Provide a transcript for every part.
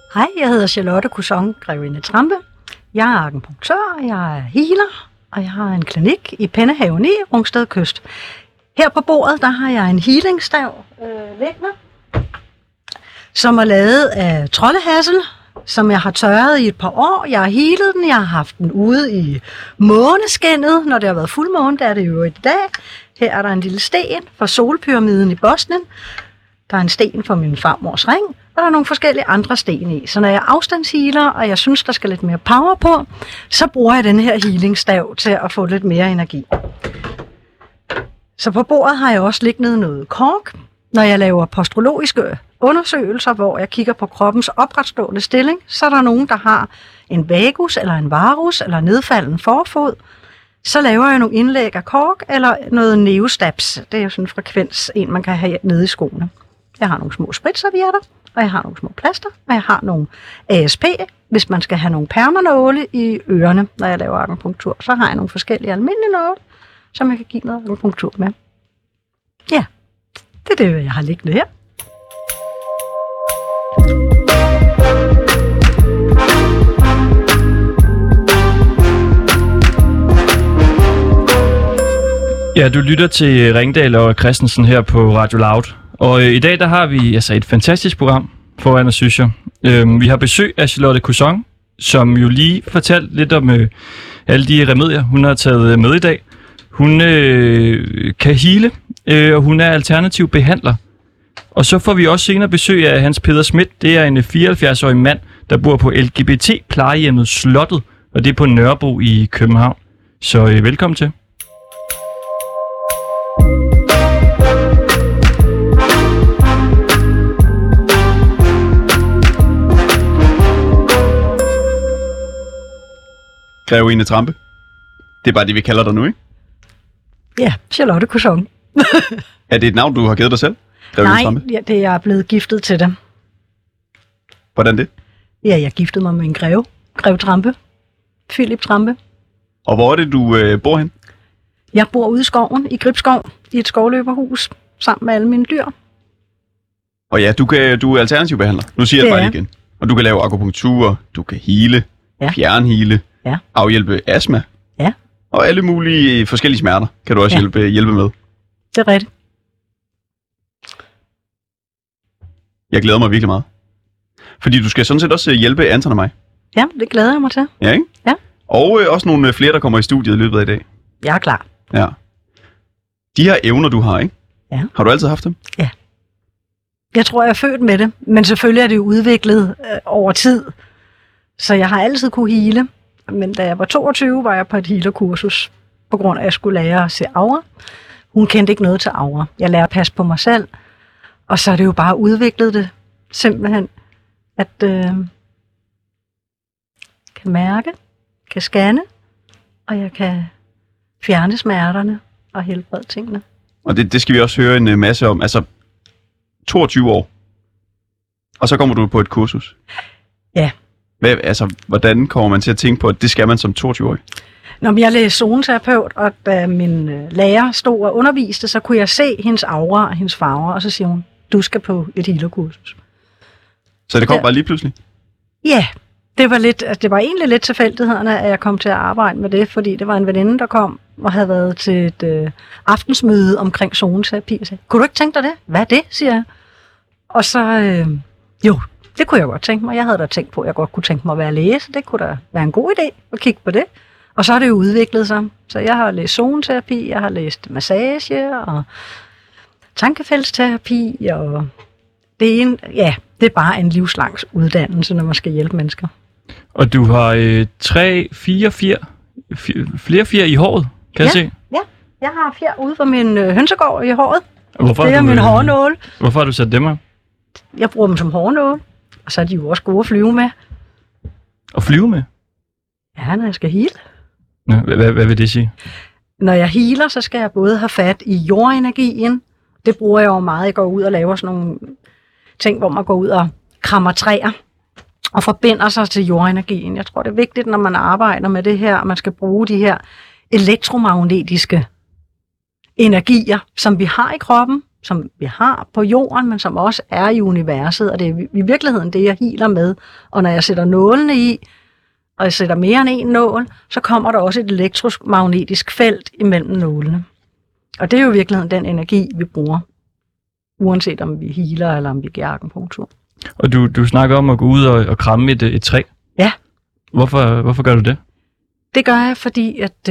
Hej, jeg hedder Charlotte Cuson Grevinde Trampe. Jeg er akupunktør, jeg er healer, og jeg har en klinik i Pennehaven i Rungsted Kyst. Her på bordet, der har jeg en healingstav liggende, som er lavet af troldehassel, som jeg har tørret i et par år. Jeg har healet den, jeg har haft den ude i måneskinnet, når det har været fuldmåne, der er det jo i dag. Her er der en lille sten fra solpyramiden i Bosnien. Der er en sten fra min farmors ring, og der er nogle forskellige andre sten i. Så når jeg afstandshealer, og jeg synes, der skal lidt mere power på, så bruger jeg den her healingstav til at få lidt mere energi. Så på bordet har jeg også liggende noget kork, når jeg laver postrologiske undersøgelser, hvor jeg kigger på kroppens opretstående stilling, så er der nogen, der har en vagus eller en varus eller nedfalden forfod. Så laver jeg nogle indlæg af kork eller noget neostabs. Det er jo sådan en frekvens, man kan have nede i skoene. Jeg har nogle små spritservietter, og jeg har nogle små plaster, og jeg har nogle ASP, hvis man skal have nogle permanåle i ørerne, når jeg laver akupunktur. Så har jeg nogle forskellige almindelige nåle, som jeg kan give noget akupunktur med. Ja, det er det, jeg har liggende her. Ja, du lytter til Ringdal og Christensen her på Radio Loud. Og i dag der har vi et fantastisk program foran os, synes jeg. Vi har besøg af Charlotte Cuson, som jo lige fortalte lidt om alle de remedier, hun har taget med i dag. Hun kan heale, og hun er alternativ behandler. Og så får vi også senere besøg af Hans Peter Schmidt. Det er en 74-årig mand, der bor på LGBT-plejehjemmet Slottet, og det er på Nørrebro i København. Så velkommen til. Grevinde Trampe. Det er bare det, vi kalder dig nu, ikke? Ja, Charlotte Cuson. Er det et navn, du har givet dig selv? Nej, ja, det er blevet giftet til det. Hvordan det? Ja, jeg giftede mig med en greve. Grev Trampe. Philip Trampe. Og hvor er det, du bor hen? Jeg bor ude i skoven, i Gribskov, i et skovløberhus, sammen med alle mine dyr. Og ja, du er alternativ behandler. Nu siger jeg det bare igen. Og du kan lave akupunktur, du kan heale, fjernheale, afhjælpe astma. Ja. Og alle mulige forskellige smerter kan du også hjælpe med. Det er rigtigt. Jeg glæder mig virkelig meget. Fordi du skal sådan set også hjælpe Anton og mig. Ja, det glæder jeg mig til. Ja, ikke? Ja. Og også nogle flere, der kommer i studiet i løbet af i dag. Jeg er klar. Ja. De her evner, du har, ikke? Ja. Har du altid haft dem? Ja. Jeg tror, jeg er født med det. Men selvfølgelig er det jo udviklet over tid. Så jeg har altid kunne heale. Men da jeg var 22, var jeg på et healerkursus. På grund af, at jeg skulle lære at se aura. Hun kendte ikke noget til aura. Jeg lærte at passe på mig selv. Og så er det jo bare udviklet det. Simpelthen. At kan mærke. Kan scanne. Og jeg kan fjerne smerterne og helbrede tingene. Og det skal vi også høre en masse om. Altså, 22 år. Og så kommer du på et kursus. Ja. Hvordan kommer man til at tænke på, at det skal man som 22-årig? Når jeg læste zoneterapeut, og da min lærer stod og underviste, så kunne jeg se hendes aura og hendes farver, og så siger hun, du skal på et healerkursus. Så det kom bare lige pludselig? Ja, det var egentlig lidt tilfældighederne, at jeg kom til at arbejde med det, fordi det var en veninde, der kom og havde været til et aftensmøde omkring zoneterapi, og sagde, kunne du ikke tænke dig det? Hvad er det, siger jeg. Og så, jo, det kunne jeg godt tænke mig. Jeg havde da tænkt på, at jeg godt kunne tænke mig at være læge, så det kunne da være en god idé at kigge på det. Og så har det jo udviklet sig. Så jeg har læst zoneterapi, jeg har læst massage og tankefeltsterapi, og det er bare en livslang uddannelse, når man skal hjælpe mennesker. Og du har flere fjer i håret, kan jeg se? Ja, jeg har fjer ude for min hønsegård i håret. Hvorfor det er min hårnåle. Hvorfor har du sat dem af? Jeg bruger dem som hårnåle, og så er de jo også gode at flyve med. At flyve med? Ja, når jeg skal heale. Nå, hvad vil det sige? Når jeg healer, så skal jeg både have fat i jordenergien. Det bruger jeg jo meget. Jeg går ud og laver sådan nogle ting, hvor man går ud og krammer træer og forbinder sig til jordenergien. Jeg tror, det er vigtigt, når man arbejder med det her, at man skal bruge de her elektromagnetiske energier, som vi har i kroppen, som vi har på jorden, men som også er i universet, og det er i virkeligheden det, jeg healer med. Og når jeg sætter nålene i, og jeg sætter mere end en nål, så kommer der også et elektromagnetisk felt imellem nålene. Og det er jo i virkeligheden den energi, vi bruger, uanset om vi healer eller om vi giver akupunktur. Og du snakker om at gå ud og kramme et træ. Ja. Hvorfor gør du det? Det gør jeg, fordi at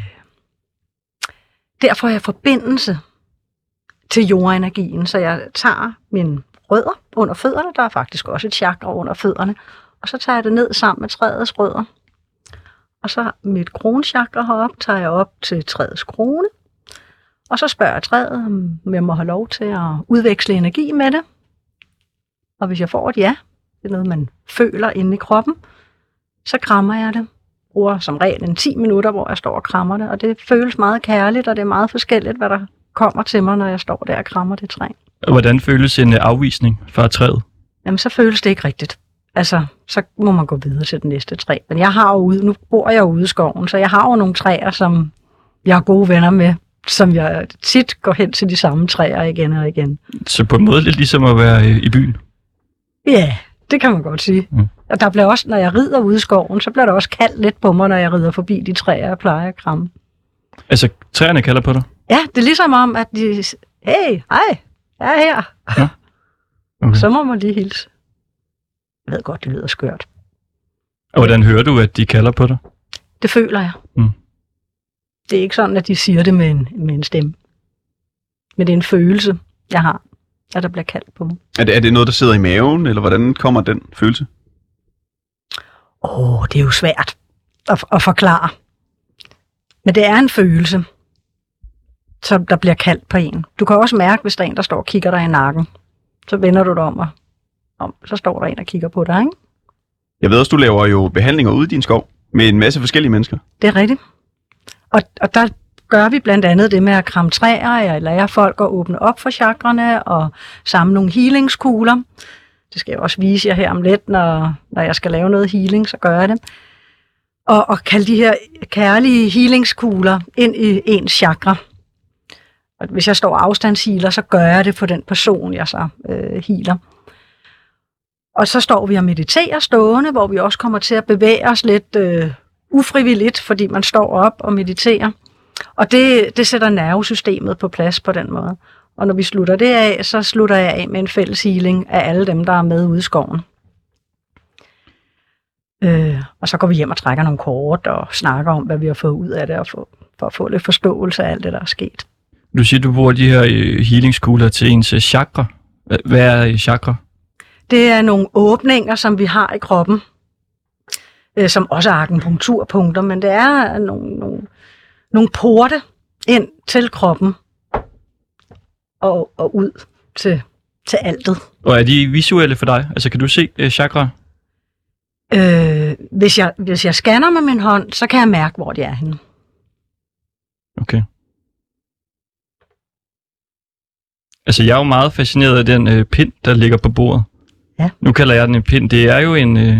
der får jeg forbindelse til jordenergien, så jeg tager mine rødder under fødderne, der er faktisk også et chakra under fødderne, og så tager jeg det ned sammen med træets rødder. Og så mit kronchakra heroppe tager jeg op til træets krone, og så spørger jeg træet, om jeg må have lov til at udveksle energi med det. Og hvis jeg får et ja, det er noget, man føler inde i kroppen, så krammer jeg det. Bruger som regel 10 minutter, hvor jeg står og krammer det, og det føles meget kærligt, og det er meget forskelligt, hvad der kommer til mig, når jeg står der og krammer det træ. Og hvordan føles en afvisning fra træet? Jamen, så føles det ikke rigtigt. Altså, så må man gå videre til det næste træ. Men nu bor jeg ude i skoven, så jeg har jo nogle træer, som jeg er gode venner med, som jeg tit går hen til de samme træer igen og igen. Så på en måde lidt ligesom at være i byen? Ja, det kan man godt sige. Mm. Og der bliver også, når jeg rider ude i skoven, så bliver der også kaldt lidt på mig, når jeg rider forbi de træer, jeg plejer at kramme. Altså, træerne kalder på dig? Ja, det er ligesom om, at de... Hey, hej, jeg er her. Ja. Okay. Så må man lige hilse. Jeg ved godt, det lyder skørt. Og hvordan hører du, at de kalder på dig? Det føler jeg. Mm. Det er ikke sådan, at de siger det med en stemme. Men det er en følelse, jeg har, at der bliver kaldt på mig. Er det noget, der sidder i maven, eller hvordan kommer den følelse? Det er jo svært at forklare. Men det er en følelse, som der bliver kaldt på en. Du kan også mærke, hvis der er en, der står og kigger dig i nakken. Så vender du dig om, og så står der en, der kigger på dig, ikke? Jeg ved også, du laver jo behandlinger ude i din skov med en masse forskellige mennesker. Det er rigtigt. Og der gør vi blandt andet det med at kramme træer. Jeg lærer folk at åbne op for chakrene og samle nogle healingskugler. Det skal jeg også vise jer her om lidt, når jeg skal lave noget healing, så gør jeg det. Og kalde de her kærlige healingskugler ind i ens chakra. Og hvis jeg står afstandshealer, så gør jeg det på den person, jeg så healer. Og så står vi og mediterer stående, hvor vi også kommer til at bevæge os lidt ufrivilligt, fordi man står op og mediterer. Og det sætter nervesystemet på plads på den måde. Og når vi slutter det af, så slutter jeg af med en fælles healing af alle dem, der er med ude i skoven. Og så går vi hjem og trækker nogle kort og snakker om, hvad vi har fået ud af det, og for at få lidt forståelse af alt det, der er sket. Du siger, du bruger de her healingskugler til ens chakra. Hvad er chakra? Det er nogle åbninger, som vi har i kroppen, som også er akupunkturpunkter, men det er nogle porte ind til kroppen og ud til altet. Og er de visuelle for dig? Altså, kan du se chakra? Hvis jeg scanner med min hånd, så kan jeg mærke, hvor de er henne. Okay. Altså, jeg er jo meget fascineret af den pind, der ligger på bordet. Ja. Nu kalder jeg den en pind. Det er jo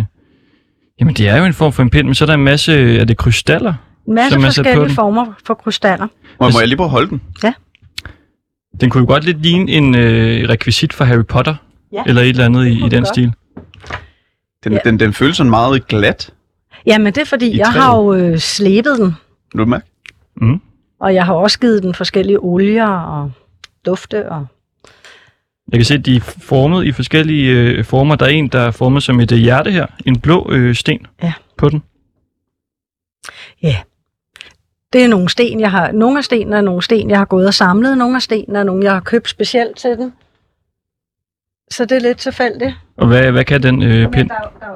en form for en pind, men så er der en masse, er det krystaller? En masse forskellige former for krystaller. Må jeg lige prøve at holde den? Ja. Den kunne jo godt lidt ligne en rekvisit fra Harry Potter, eller et eller andet i den stil. Den føles sådan meget glat. Jamen det er fordi, jeg har jo slebet den. Vil du mærke? Mm. Og jeg har også givet den forskellige olier og dufte. Jeg kan se, at de er formet i forskellige former. Der er en, der er formet som et hjerte her. En blå sten på den. Ja. Det er nogle sten, jeg har. Nogle af stenene er nogle sten, jeg har gået og samlet. Nogle af stenene er nogle, jeg har købt specielt til den. Så det er lidt tilfældigt. Og hvad kan den pind?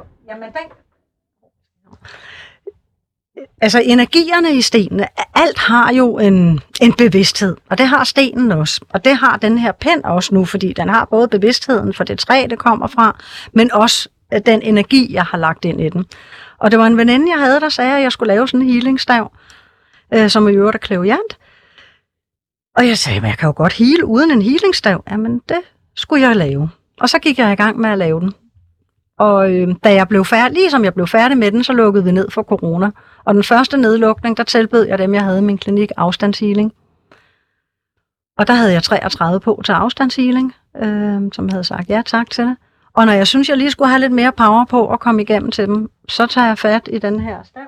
Altså energierne i stenene, alt har jo en bevidsthed, og det har stenen også. Og det har den her pind også nu, fordi den har både bevidstheden for det træ, det kommer fra, men også den energi, jeg har lagt ind i den. Og det var en veninde, jeg havde, der sagde, at jeg skulle lave sådan en healingstav, som i øvrigt er clairvoyant. Og jeg sagde, at jeg kan jo godt heale uden en healingstav. Jamen, det skulle jeg lave. Og så gik jeg i gang med at lave den. Og da jeg blev færdig, ligesom jeg blev færdig med den, så lukkede vi ned for corona. Og den første nedlukning, der tilbød jeg dem, jeg havde i min klinik, afstandshealing. Og der havde jeg 33 på til afstandshealing, som havde sagt ja tak til det. Og når jeg synes, jeg lige skulle have lidt mere power på og komme igennem til dem, så tager jeg fat i den her stav.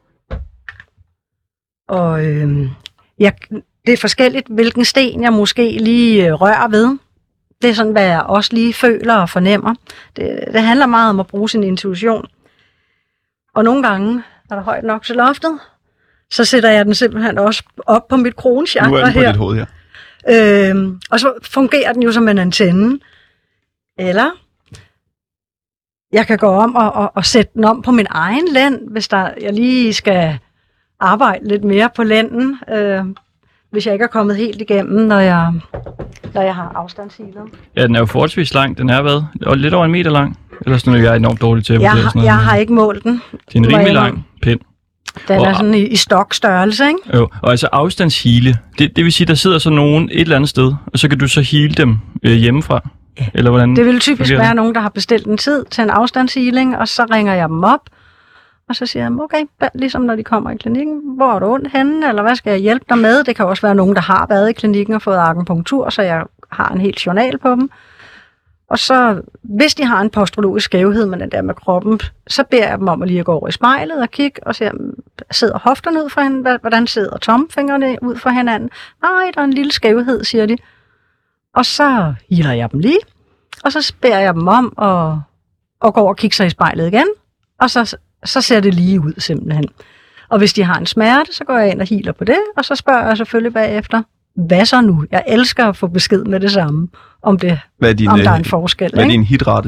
Og det er forskelligt, hvilken sten jeg måske lige rører ved. Det er sådan, hvad jeg også lige føler og fornemmer. Det handler meget om at bruge sin intuition. Og nogle gange, når der er højt nok til loftet, så sætter jeg den simpelthen også op på mit kronchakra her. Nu er den på dit hoved her. Og så fungerer den jo som en antenne. Eller jeg kan gå om og sætte den om på min egen lænd, hvis jeg lige skal arbejde lidt mere på lænden, hvis jeg ikke er kommet helt igennem, når jeg har afstandshealet. Ja, den er jo forholdsvis lang. Den er hvad? Lidt over 1 meter lang. Ellers nu er jeg enormt dårlig til at vurdere sådan noget. Jeg har ikke målt den. Det er en rimelig lang pind. Den er sådan i stokstørrelse, ikke? Jo, og altså afstandshile, det vil sige, der sidder så nogen et eller andet sted, og så kan du så heale dem hjemmefra? Ja. Eller hvordan det vil typisk være nogen, der har bestilt en tid til en afstandshealing, og så ringer jeg dem op, og så siger jeg, okay, ligesom når de kommer i klinikken, hvor er du ondt henne, eller hvad skal jeg hjælpe dig med? Det kan også være nogen, der har været i klinikken og fået akupunktur, så jeg har en helt journal på dem. Og så, hvis de har en postrologisk skævhed med den der med kroppen, så beder jeg dem om at lige gå over i spejlet og kigge og se, sidder hofterne ud for hinanden? Hvordan sidder tommelfingrene ud for hinanden? Nej, der er en lille skævhed, siger de. Og så healer jeg dem lige, og så beder jeg dem om at gå over og kigge sig i spejlet igen, og så ser det lige ud simpelthen. Og hvis de har en smerte, så går jeg ind og healer på det, og så spørger jeg selvfølgelig bagefter, hvad så nu? Jeg elsker at få besked med det samme, om der er en forskel. Hvad er din hitrate?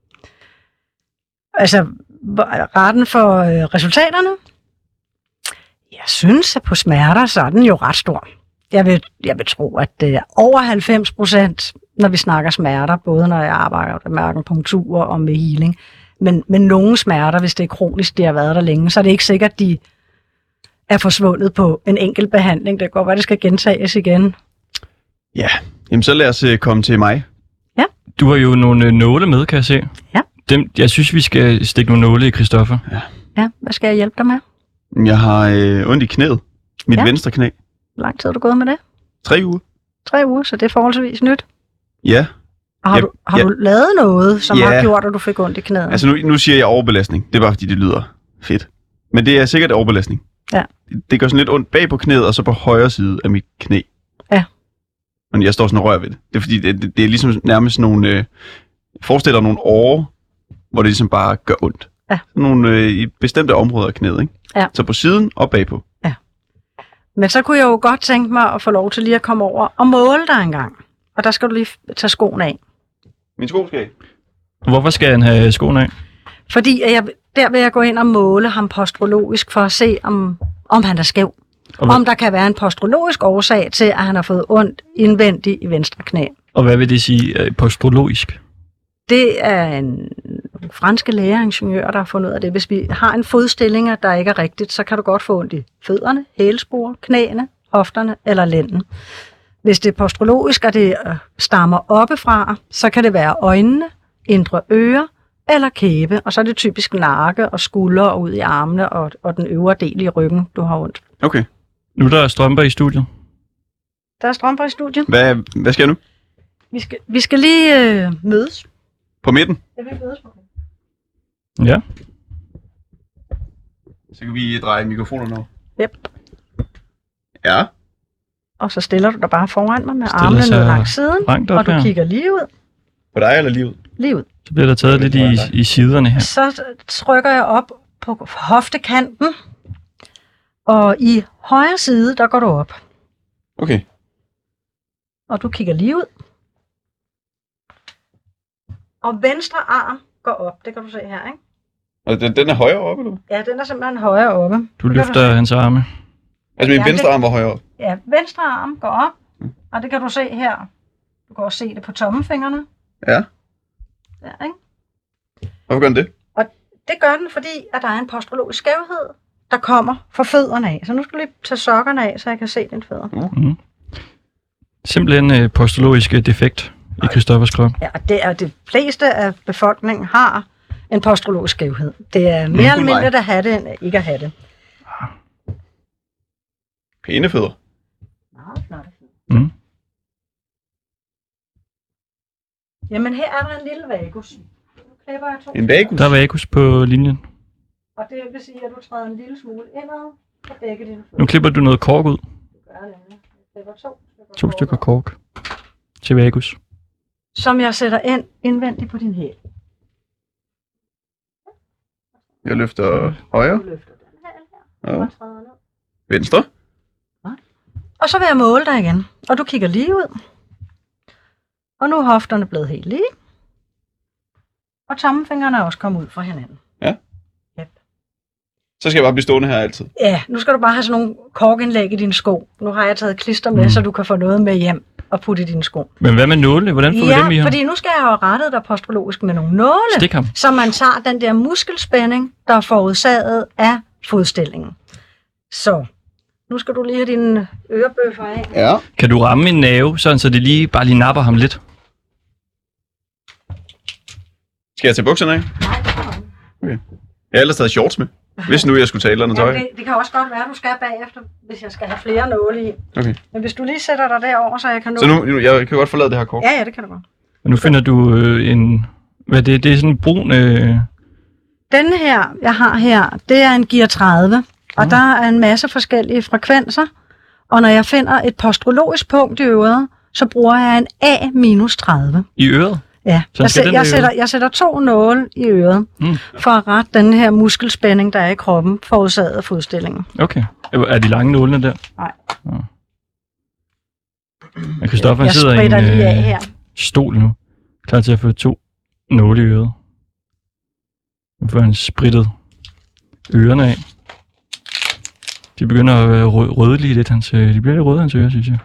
Altså, raten for resultaterne? Jeg synes, at på smerter, så er den jo ret stor. Jeg vil tro, at det er over 90%, når vi snakker smerter, både når jeg arbejder med akupunktur og med healing. Men nogle smerter, hvis det er kronisk, de har været der længe, så er det ikke sikkert, at de er forsvundet på en enkelt behandling. Det kan godt være, det skal gentages igen. Ja, jamen så lad os komme til mig. Ja. Du har jo nogle nåle med, kan jeg se. Ja. Jeg synes, vi skal stikke nogle nåle i, Christoffer. Ja, hvad skal jeg hjælpe dig med? Jeg har ondt i knæet. Mit venstre knæ. Hvor lang tid har du gået med det? 3 uger. 3 uger, så det er forholdsvis nyt. Ja. Og har du lavet noget, som har gjort, at du fik ondt i knæet? Altså nu siger jeg overbelastning. Det er bare, fordi det lyder fedt. Men det er sikkert overbelastning. Ja. Det gør sådan lidt ondt bag på knæet, og så på højre side af mit knæ. Ja. Og jeg står sådan og rører ved det. Det er fordi, det er ligesom nærmest nogle... forestiller nogle årer, hvor det ligesom bare gør ondt. Ja. Nogle i bestemte områder af knæet, ikke? Ja. Så på siden og bagpå. Ja. Men så kunne jeg jo godt tænke mig at få lov til lige at komme over og måle dig en gang. Og der skal du lige tage skoene af. Min sko skal af. Hvorfor skal han have skoene af? Fordi der vil jeg gå ind og måle ham postrologisk for at se, om han er skæv. Om der kan være en postrologisk årsag til, at han har fået ondt indvendigt i venstre knæ. Og hvad vil det sige postrologisk? Det er en franske lægeingeniør, der har fundet ud af det. Hvis vi har en fodstilling, der ikke er rigtigt, så kan du godt få ondt i fødderne, hælespor, knæene, hofterne eller lænden. Hvis det er postrologisk, og det stammer oppefra, så kan det være øjnene, indre ører eller kæbe. Og så er det typisk nakke og skuldre og ud i armene og den øvre del i ryggen, du har ondt. Okay. Nu er der strømper i studiet. Der er strømper i studiet. Hvad skal jeg nu? Vi skal lige mødes. På midten? Ja, vi mødes på midten. Ja. Så kan vi dreje mikrofonen over. Yep. Ja. Og så stiller du dig bare foran mig med armene ned langs siden, og du kigger lige ud. På dig eller lige ud? Lige ud. Så bliver der taget lidt i siderne her. Så trykker jeg op på hoftekanten, og i højre side, der går du op. Okay. Og du kigger lige ud. Og venstre arm går op, det kan du se her, ikke? Og den er højere oppe, eller? Ja, den er simpelthen højere oppe. Du løfter hans arme. Altså min venstre arm var højere op? Ja, venstre arm går op, og det kan du se her. Du kan også se det på tommelfingrene. Ja. Ja, ikke? Hvorfor gør den det? Og det gør den, fordi at der er en postrologisk skævhed, der kommer fra fødderne af. Så nu skal du lige tage sokkerne af, så jeg kan se dine fødder. Mm. Simpelthen postologisk defekt i Christoffers krop. Ja, og det er det fleste af befolkningen har en postrologisk skævhed. Det er mere almindeligt at have det, end ikke at have det. Pæne fødder. Meget flotte fødder. Mm. Jamen her er der en lille vagus. Nu klipper jeg 2. En vagus? Der er vagus på linjen. Og det vil sige, at du træder en lille smule indad på begge dine fødder. Nu klipper du noget kork ud. Du gør det. Jeg klipper 2 stykker kork til vagus. Som jeg sætter ind indvendigt på din hæl. Jeg løfter højre. Du løfter den her. Ja. Og træder ned. Venstre. Og så vil jeg måle dig igen. Og du kigger lige ud. Og nu er hofterne blevet helt lige. Og tommelfingrene er også kommet ud fra hinanden. Ja. Yep. Så skal jeg bare blive stående her altid. Ja, nu skal du bare have sådan nogle korkindlæg i dine sko. Nu har jeg taget klister med, så du kan få noget med hjem og putte i dine sko. Men hvad med nålene? Hvordan får vi dem i her? Fordi nu skal jeg jo rettet dig postrologisk med nogle nåle, Stik ham. så man tager den der muskelspænding, der er forårsaget af fodstillingen. Så, nu skal du lige have dine ørebøffer af. Ja. Kan du ramme en nerve, sådan så det bare lige napper ham lidt? Skal jeg tage bukserne af? Nej, det kan du ikke. Okay. Jeg har ellers taget shorts med. Hvis nu jeg skulle tage et eller andet tøj. Ja, det kan også godt være, at du skal bagefter, hvis jeg skal have flere nåle i. Okay. Men hvis du lige sætter dig derover, så jeg kan nå... Så nu, jeg kan godt forlade det her kort. Ja, det kan du godt. Og nu finder du en... Hvad er det? Det er sådan en brun... Denne her, jeg har her, det er en gear 30. Og der er en masse forskellige frekvenser. Og når jeg finder et postrologisk punkt i øret, så bruger jeg en A-30. I øret? Ja, jeg sætter 2 nåle i øret, for at rette den her muskelspænding, der er i kroppen, forårsaget af fodstillingen. Okay. Er de lange nålene der? Nej. Ja. Christoffer, han sidder i en stol nu, klar til at få 2 nåle i øret. Nu får han sprittet ørerne af. De begynder at være rødlige lidt. De bliver lidt røde, hans ører, synes jeg.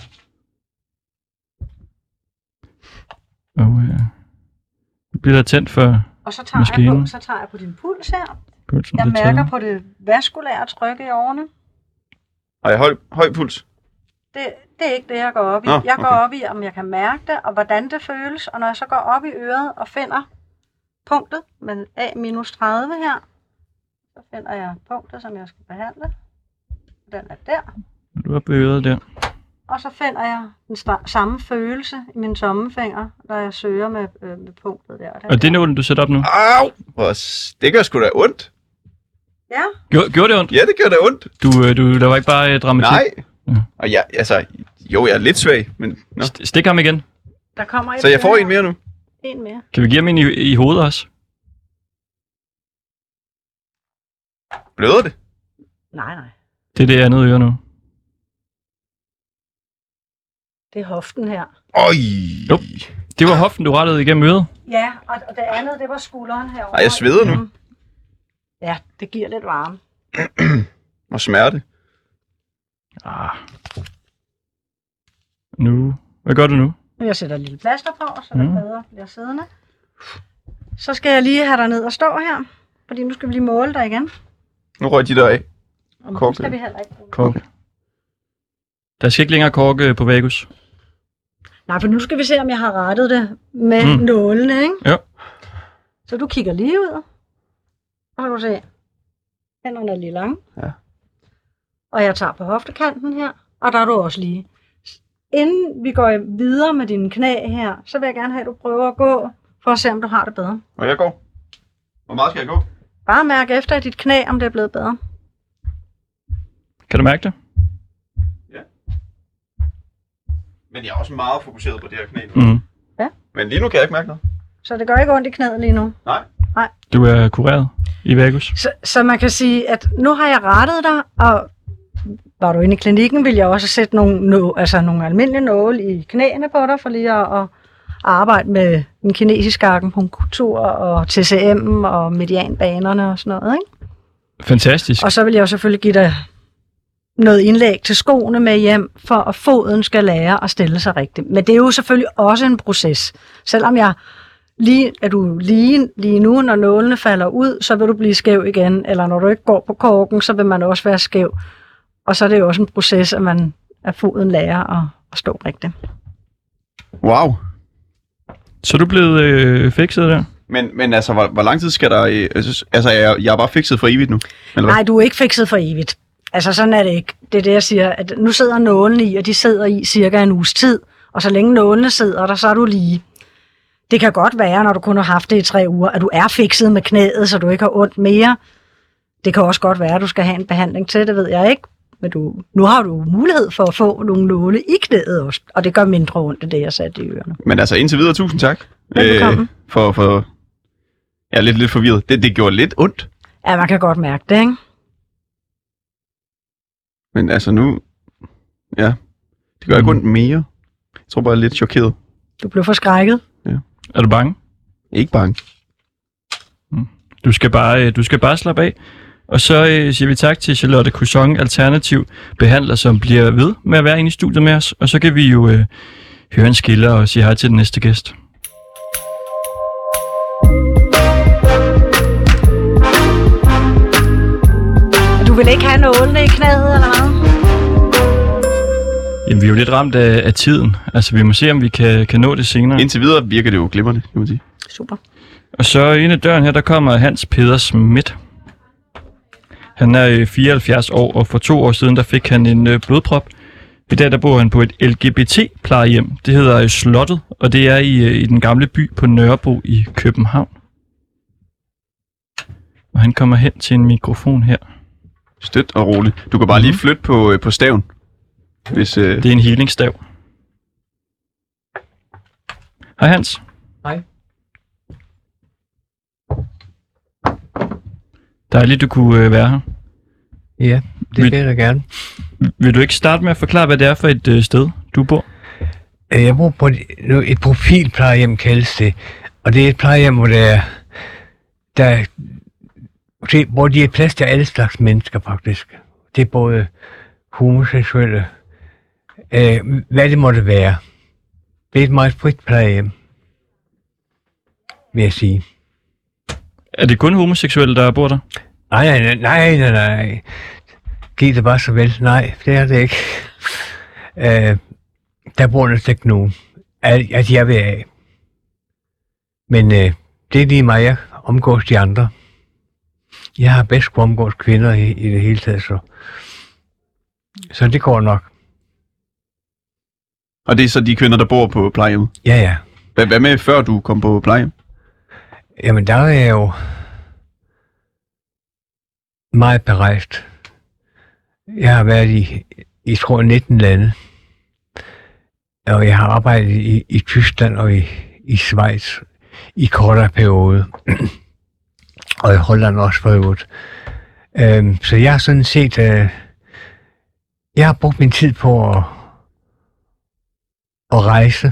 Og det bliver der tændt for og så tager maskinen. så tager jeg på din puls her. Pulsen, jeg mærker på det vaskulære tryk i årene. Har jeg høj puls? Det er ikke det, jeg går op i. Jeg går op i, om jeg kan mærke det, og hvordan det føles. Og når jeg så går op i øret og finder punktet med A-30 her, så finder jeg punktet, som jeg skal behandle. Den er der. Du er på øret der. Og så finder jeg den samme følelse i mine tommelfinger, når jeg søger med punktet der. Og det er nålen, du sætter op nu? Au! Det gør sgu da ondt. Ja. Gjorde det ondt? Ja, det gør da ondt. Der var ikke bare dramatik? Nej. Ja. Og jeg er lidt svag, men... Stik ham igen. Der kommer så jeg får en mere nu? En mere. Kan vi give ham en i hovedet også? Bløder det? Nej. Det er det andet øre nu. Det er hoften her. Jo. Det var hoften, du rettede igennem øret? Ja, og det andet, det var skulderen herovre. Ej, jeg sveder nu. Ja, det giver lidt varme. Og smerte. Nu. Hvad gør du nu? Jeg sætter et lille plaster på, så det bedre bliver siddende. Så skal jeg lige have dig ned og stå her, fordi nu skal vi lige måle dig igen. Nu røg de der af. Og skal vi heller ikke bruge. Kork. Der skal ikke længere korke på vagus. Nej, for nu skal vi se, om jeg har rettet det med nålene, ikke? Ja. Så du kigger lige ud, og så kan du se, hænderne er lige lange. Ja. Og jeg tager på hoftekanten her, og der er du også lige. Inden vi går videre med dine knæ her, så vil jeg gerne have, at du prøver at gå, for at se, om du har det bedre. Og jeg går. Hvor meget skal jeg gå? Bare mærk efter i dit knæ, om det er blevet bedre. Kan du mærke det? Ja. Men jeg er også meget fokuseret på det her knæ nu. Ja. Men lige nu kan jeg ikke mærke noget. Så det gør ikke ondt i knæet lige nu? Nej. Du er kureret i vagus? Så man kan sige, at nu har jeg rettet dig, og var du inde i klinikken, ville jeg også sætte nogle almindelige nåle i knæene på dig, for lige at arbejde med den kinesiske akupunktur og TCM og medianbanerne og sådan noget, ikke? Fantastisk. Og så vil jeg jo selvfølgelig give dig noget indlæg til skoene med hjem, for at foden skal lære at stille sig rigtigt. Men det er jo selvfølgelig også en proces. Selvom er du lige nu, når nålene falder ud, så vil du blive skæv igen. Eller når du ikke går på korken, så vil man også være skæv. Og så er det jo også en proces, at foden lærer at stå rigtigt. Wow. Så er du blevet fikset der? Men altså, hvor lang tid skal der... Altså, jeg er bare fikset for evigt nu? Eller Nej, du er ikke fikset for evigt. Altså, sådan er det ikke. Det er det, jeg siger, at nu sidder nålene i, og de sidder i cirka en uges tid. Og så længe nålene sidder der, så er du lige. Det kan godt være, når du kun har haft det i 3 uger, at du er fikset med knæet, så du ikke har ondt mere. Det kan også godt være, at du skal have en behandling til, det ved jeg ikke. Men nu har du mulighed for at få nogle nåle i knæet også, og det gør mindre ondt, end det, jeg satte i ørerne. Men altså indtil videre, tusind tak. Velbekomme. Jeg er lidt forvirret. Det gjorde lidt ondt. Ja, man kan godt mærke det, ikke? Men altså nu... Ja, det gør ikke ondt mere. Jeg tror bare, jeg er lidt chokeret. Du blev forskrækket. Ja. Er du bange? Ikke bange. Du skal bare slappe af. Og så siger vi tak til Charlotte Cuson, alternativ behandler, som bliver ved med at være inde i studiet med os. Og så kan vi jo høre en skiller og sige hej til den næste gæst. Du vil ikke have nålene i knæet, eller hvad? Jamen, vi er jo lidt ramt af tiden. Altså, vi må se, om vi kan nå det senere. Indtil videre virker det jo glimrende, kan man sige. Super. Og så inde i døren her, der kommer Hans Peder Schmidt. Han er 74 år, og for 2 år siden, der fik han en blodprop. I dag, der bor han på et LGBT-plejehjem. Det hedder Slottet, og det er i den gamle by på Nørrebro i København. Og han kommer hen til en mikrofon her. Støt og roligt. Du kan bare lige flytte på staven. Hvis, Det er en healingstav. Hej Hans. Hej. Dejligt, du kunne være her. Ja, det vil jeg da gerne. Vil du ikke starte med at forklare, hvad det er for et sted, du bor? Jeg bor på et profilplejehjem, kaldes det. Og det er et plejehjem, hvor hvor de er plads til alle slags mennesker, faktisk. Det er både homoseksuelle, hvad det måtte være. Det er et meget frit plejehjem, vil jeg sige. Er det kun homoseksuelle, der bor der? Nej. Giv det bare så vel. Nej, det er det ikke. Der bor næsten ikke nogen. At jeg vil af. Men det er lige mig, jeg omgås de andre. Jeg har bedst kunne omgås kvinder i det hele taget, så det går nok. Og det er så de kvinder, der bor på plejehjemmet? Ja. Hvad med før du kom på plejehjem? Jamen, der er jeg jo meget berejst. Jeg har været i tror 19 lande. Og jeg har arbejdet i Tyskland og i Schweiz i kortere periode. Og i Holland også for øvrigt. Så jeg har sådan set... jeg har brugt min tid på at rejse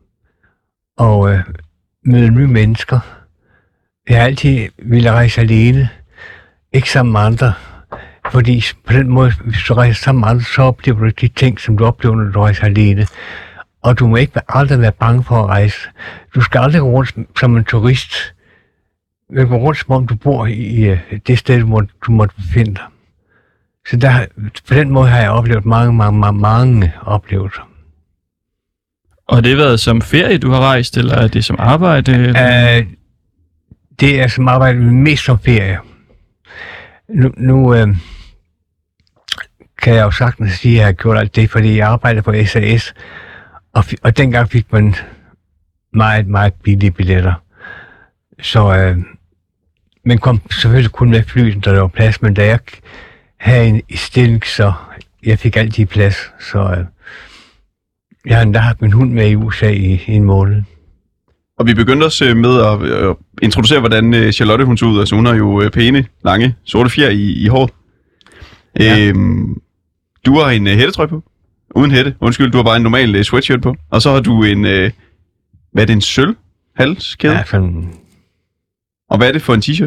og møde nye mennesker. Jeg har altid ville rejse alene, ikke sammen med andre. Fordi på den måde, hvis du rejser sammen med andre, så oplever du de ting, som du oplever, når du rejser alene. Og du må aldrig være bange for at rejse. Du skal aldrig gå rundt som en turist. Du må gå rundt, som om du bor i det sted, du måtte befinde dig. Så på den måde har jeg oplevet mange oplevelser. Og har det været som ferie, du har rejst, eller er det som arbejde? Det er som arbejde, mest som ferie. Nu kan jeg jo sagtens sige, at jeg har gjort alt det, fordi jeg arbejder på SAS, og dengang fik man meget, meget billige billetter. Så man kom selvfølgelig kun med flyet, da der var plads, men da jeg havde en stilling, så jeg fik altid plads. Så jeg har endda haft min hund med i USA i en måned. Og vi begyndte også med at introducere, hvordan Charlotte hun så ud. Altså hun har jo pæne, lange, sorte fjer i håret. Ja. Du har en hættetrøje på. Uden hætte. Undskyld, du har bare en normal sweatshirt på. Og så har du en, hvad er det, en sølv halskæde? Ja, sådan... Og hvad er det for en t-shirt?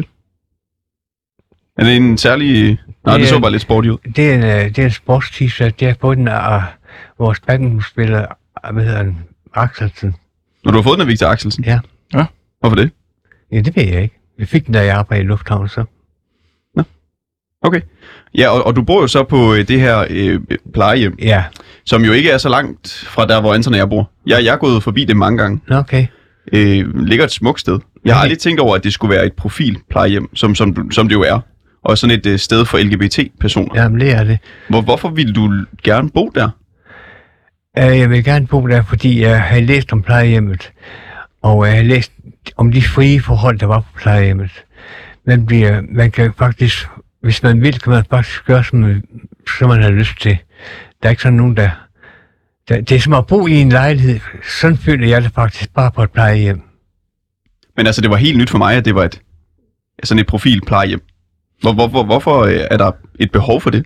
Er det en særlig... Nej, det så bare lidt sporty ud. Det er en sports-t-shirt. Det er på den af vores badmintonspiller, hvad hedder han, Axelsen. Når du har fået den af Victor Axelsen? Ja. Hvorfor det? Ja, det ved jeg ikke. Jeg fik den, da jeg arbejdede i lufthavnen, så. Nå. Okay. Ja, og du bor jo så på det her plejehjem. Ja. Som jo ikke er så langt fra der, hvor Anton og jeg bor. Jeg er gået forbi det mange gange. Okay. Ligger et smukt sted. Jeg har aldrig tænkt over, at det skulle være et profilplejehjem, som det jo er. Og sådan et sted for LGBT-personer. Jamen, det er det. Hvorfor ville du gerne bo der? Jeg vil gerne bo der, fordi jeg har læst om plejehjemmet. Og jeg har læst om de frie forhold, der var på plejehjemmet. Man kan faktisk, hvis man vil, kan man faktisk gøre, som man har lyst til. Der er ikke sådan nogen, der det er som at bo i en lejlighed. Sådan føler jeg det faktisk bare på et plejehjem. Men altså, det var helt nyt for mig, at det var sådan et profilplejehjem. Hvorfor er der et behov for det?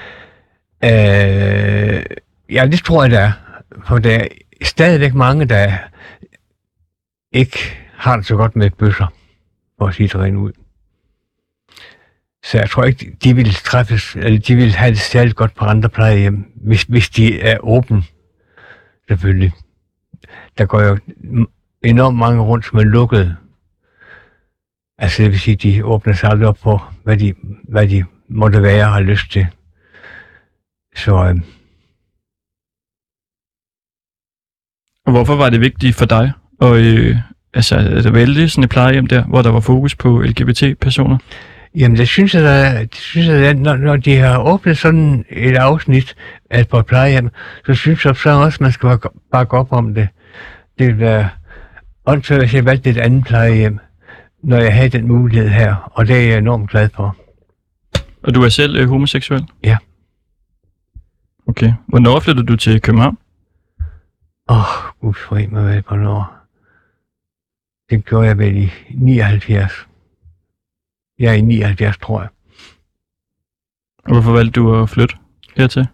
Ja, det tror jeg, der er. For der er stadigvæk mange, der ikke har det så godt med bøsser, for at sige det rent ud. Så jeg tror ikke, de vil træffes, eller de vil have det særligt godt på andre plejehjem, hvis de er åbne, selvfølgelig. Der går jo enormt mange rundt, som er lukkede. Altså det vil sige, de åbner sig aldrig op på, hvad de måtte være og har lyst til. Så Og hvorfor var det vigtigt for dig at vælge sådan et plejehjem der, hvor der var fokus på LGBT-personer? Jamen, det synes jeg, når de har åbnet sådan et afsnit af på et plejehjem, så synes jeg så også, at man skal bakke op om det. Det vil være åndssvagt, hvis jeg valgte et andet plejehjem, når jeg havde den mulighed her, og det er jeg enormt glad for. Og du er selv homoseksuel? Ja. Okay. Hvornår flyttede du til København? Gud fri mig vel, hvornår. Det gjorde jeg vel i 79. Jeg er i 79, tror jeg. Og hvorfor valgte du at flytte hertil?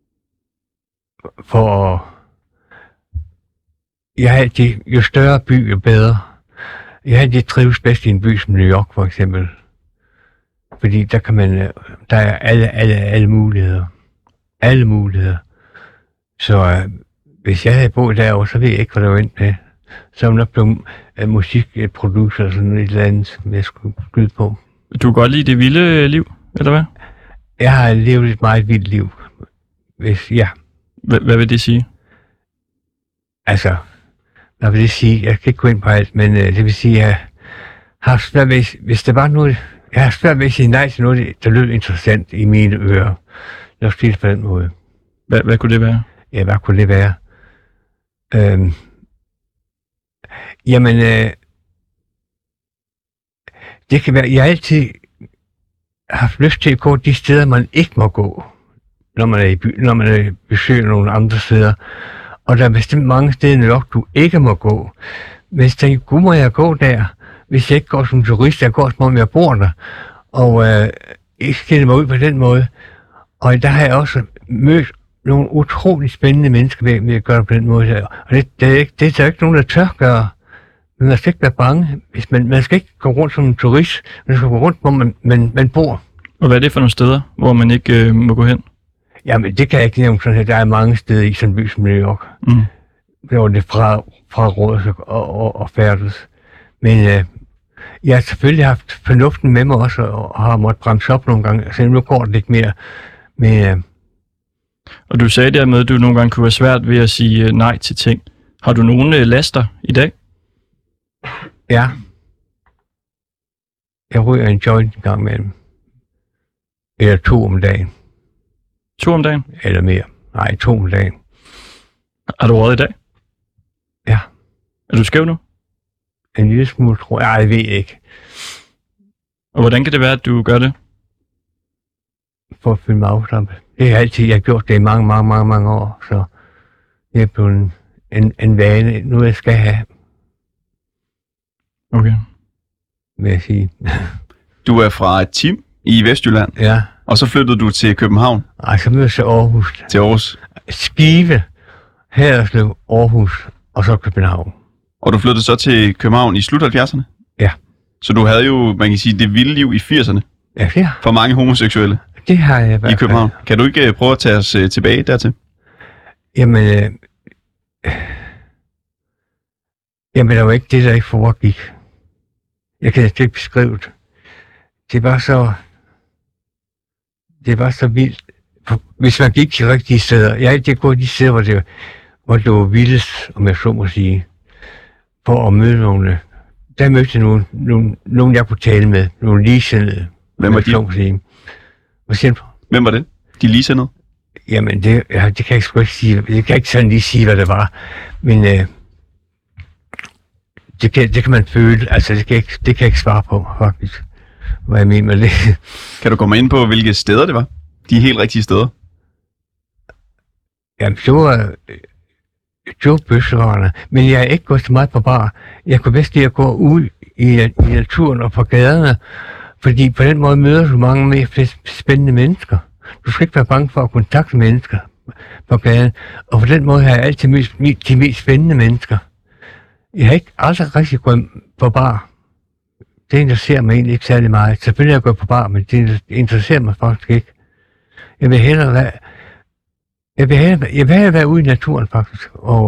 Jeg har altid, jo større by, jo bedre. Jeg har altid trives bedst i en by som New York, for eksempel. Fordi der er alle muligheder. Alle muligheder. Så hvis jeg havde boet derovre, så ved jeg ikke, hvad der var ind med. Så var nok blevet musikproducer eller sådan et eller andet, som jeg skulle skyde på. Du kan godt lide det vilde liv, eller hvad? Jeg har levet et meget vildt liv. Hvad vil det sige? Altså, hvad vil det sige? Jeg kan ikke gå ind på alt, men det vil sige, at jeg har svært ved, hvis der var noget, jeg har svært ved at sige nej til noget, der lød interessant i mine ører. Lad os sige det på den måde. Hvad kunne det være? Ja, hvad kunne det være? Jamen, det kan være, jeg altid har haft lyst til at gå de steder, man ikke må gå, når man er i by, når man besøger nogle andre steder. Og der er bestemt mange steder nok, du ikke må gå. Hvis der ikke må jeg gå der, hvis jeg ikke går som turist, jeg går som om jeg bor der, og ikke skiller mig ud på den måde. Og der har jeg også mødt nogle utrolig spændende mennesker ved at gøre det på den måde. Og det er der ikke nogen, der tør gøre. Men man skal ikke være bange. Man skal ikke gå rundt som en turist. Man skal gå rundt, hvor man bor. Og hvad er det for nogle steder, hvor man ikke må gå hen? Jamen, det kan jeg ikke nævne sådan her. Der er mange steder i sådan en by som New York. Hvor det fra råd og færdes. Men jeg har selvfølgelig haft fornuften med mig også, og har måttet bremse op nogle gange. Så nu går det ikke mere. Men og du sagde dermed, at du nogle gange kunne være svært ved at sige nej til ting. Har du nogle laster i dag? Ja. Jeg ryger en joint en gang imellem. Eller 2 om dagen. 2 om dagen? Eller mere. Nej, 2 om dagen. Har du røget i dag? Ja. Er du skæv nu? En lille smule, tror jeg. Jeg ved ikke. Og hvordan kan det være, at du gør det? For at føle mig afslappet. Det er altid, jeg har gjort det i mange år, så det er blevet en vane, nu jeg skal have. Okay. Vil jeg sige. Du er fra Tim i Vestjylland, Ja. og så flyttede du til København. Ej, så mødes til Aarhus. Til Aarhus. Skive, Haderslev, Aarhus, og så København. Og du flyttede så til København i slut 70'erne? Ja. Så du havde jo, man kan sige, det vilde liv i 80'erne. Ja, det har. For mange homoseksuelle. Det har jeg i København. Kan du ikke prøve at tage os tilbage dertil? Jamen, der var ikke det, der ikke foregik. Jeg kan ikke beskrive det. Det var så vildt. Hvis man gik til rigtige steder. Jeg har altid gået de steder, hvor det var vildest, om jeg så må sige. For at møde nogle. Der mødte jeg nogen, jeg kunne tale med. Nogle ligesindede. Hvem var de? Hvad siger du? Hvem var det? De ligesindede? Jamen, det kan jeg sgu ikke sige. Jeg kan ikke sådan lige sige, hvad det var. Men det kan man føle. Altså, det kan jeg ikke svare på, faktisk. Hvad jeg mener med det. Kan du komme ind på, hvilke steder det var? De helt rigtige steder? Jamen, det var bøsserørene. Men jeg er ikke gået så meget på bar. Jeg kunne bedst lide at gå ud i naturen og på gaderne, fordi på den måde møder du mange mere spændende mennesker. Du skal ikke være bange for at kontakte mennesker på gaden. Og på den måde har jeg altid mødt de mest spændende mennesker. Jeg har ikke aldrig rigtig gået på bar. Det interesserer mig egentlig ikke særlig meget. Selvfølgelig er jeg gået på bar, men det interesserer mig faktisk ikke. Jeg vil hellere være ude i naturen, faktisk. Og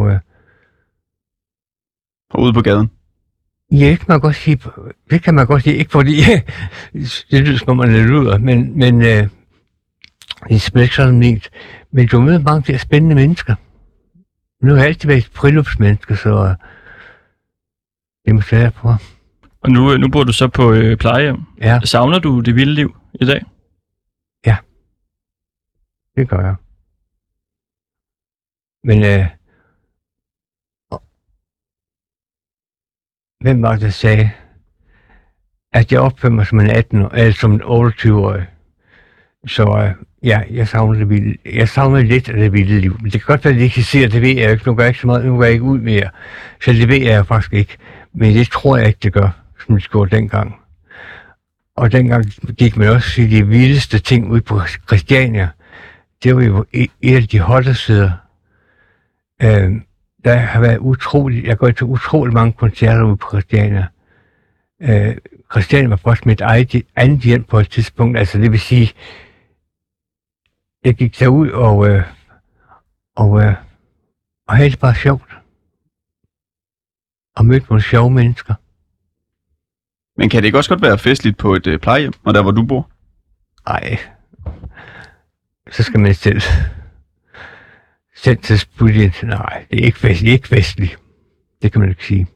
ude på gaden? Ja, det kan man godt sige. Ikke fordi, det lyder som om man er luder, men det er simpelthen ikke sådan ment. Men du møder mange flere spændende mennesker. Nu har jeg altid været et friluftsmenneske, så det må jeg på. Og nu bor du så på plejehjem. Ja. Savner du det vilde liv i dag? Ja, det gør jeg. Men hvem var det, der sagde, at jeg opfører mig som en 18-årig, eller som en 28-årig? Så ja, jeg savner lidt af det vilde liv. Men det kan godt være, at det ikke siger, det ved jeg ikke. Nu går jeg ikke så meget, nu går jeg ikke ud mere. Så det ved jeg faktisk ikke. Men det tror jeg ikke, det gør, som det gjorde dengang. Og dengang gik man også i de vildeste ting ud på Christiania. Det var jo et af de holdesteder. Der har været jeg går til utrolig mange koncerter ude på Christiania. Christiania var først mit andet hjem på et tidspunkt. Altså det vil sige, jeg gik derud og havde det bare sjovt. Og mødte nogle sjove mennesker. Men kan det ikke også godt være festligt på et plejehjem, og der hvor du bor? Nej. Så skal man selv til spudien. Nej, det er ikke festligt. Det kan man ikke sige.